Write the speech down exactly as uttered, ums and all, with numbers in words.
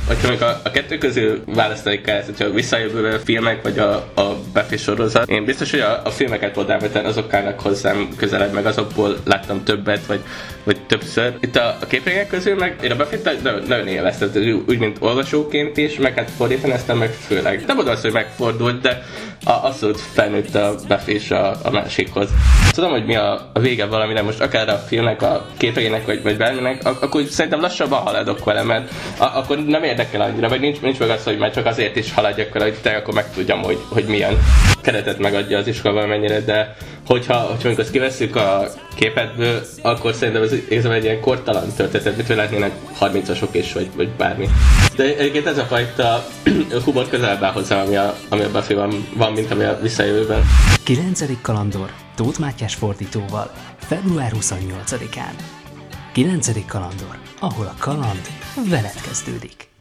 hogyha még a, a kettő közül választani kell, hogyha visszajövő filmek, vagy a, a Buffy sorozat, én biztos, hogy a, a filmeket voltam, mert azok állnak hozzám közelebb, meg azokból láttam többet, vagy, vagy többször. Itt a, a képregények közül meg én a Buffy-t nagyon élveztem, úgy, mint olvasóként is, meg hát fordítani eztem meg főleg. Nem mondom azt, hogy megfordult, de a, abszolút felnőtt a Buffy és a, a másikhoz. Tudom, hogy mi a, a vége valamire, most akár a filmnek, a képregénynek, vagy, vagy bárminek, ak- akkor szerintem lassabban haladok vele, mert a- akkor nem érdekel annyira, vagy nincs, nincs meg az, hogy már csak azért is haladjak vele, hogy te akkor megtudjam, hogy, hogy milyen keretet megadja az iskola valamennyire, de hogyha, hogyha amikor ezt kivesszük a képetből, akkor szerintem ez igazából egy ilyen kortalan történet, mitől lehetnének harmincasok is, vagy, vagy bármi. De egyébként ez a fajta humor közelebb áll hozzá, ami a, ami a Buffy-ban van, mint ami a visszajövőben. kilencedik kalandor Tóth Mátyás fordítóval február huszonnyolcadikán. kilencedik kalandor, ahol a kaland veled kezdődik.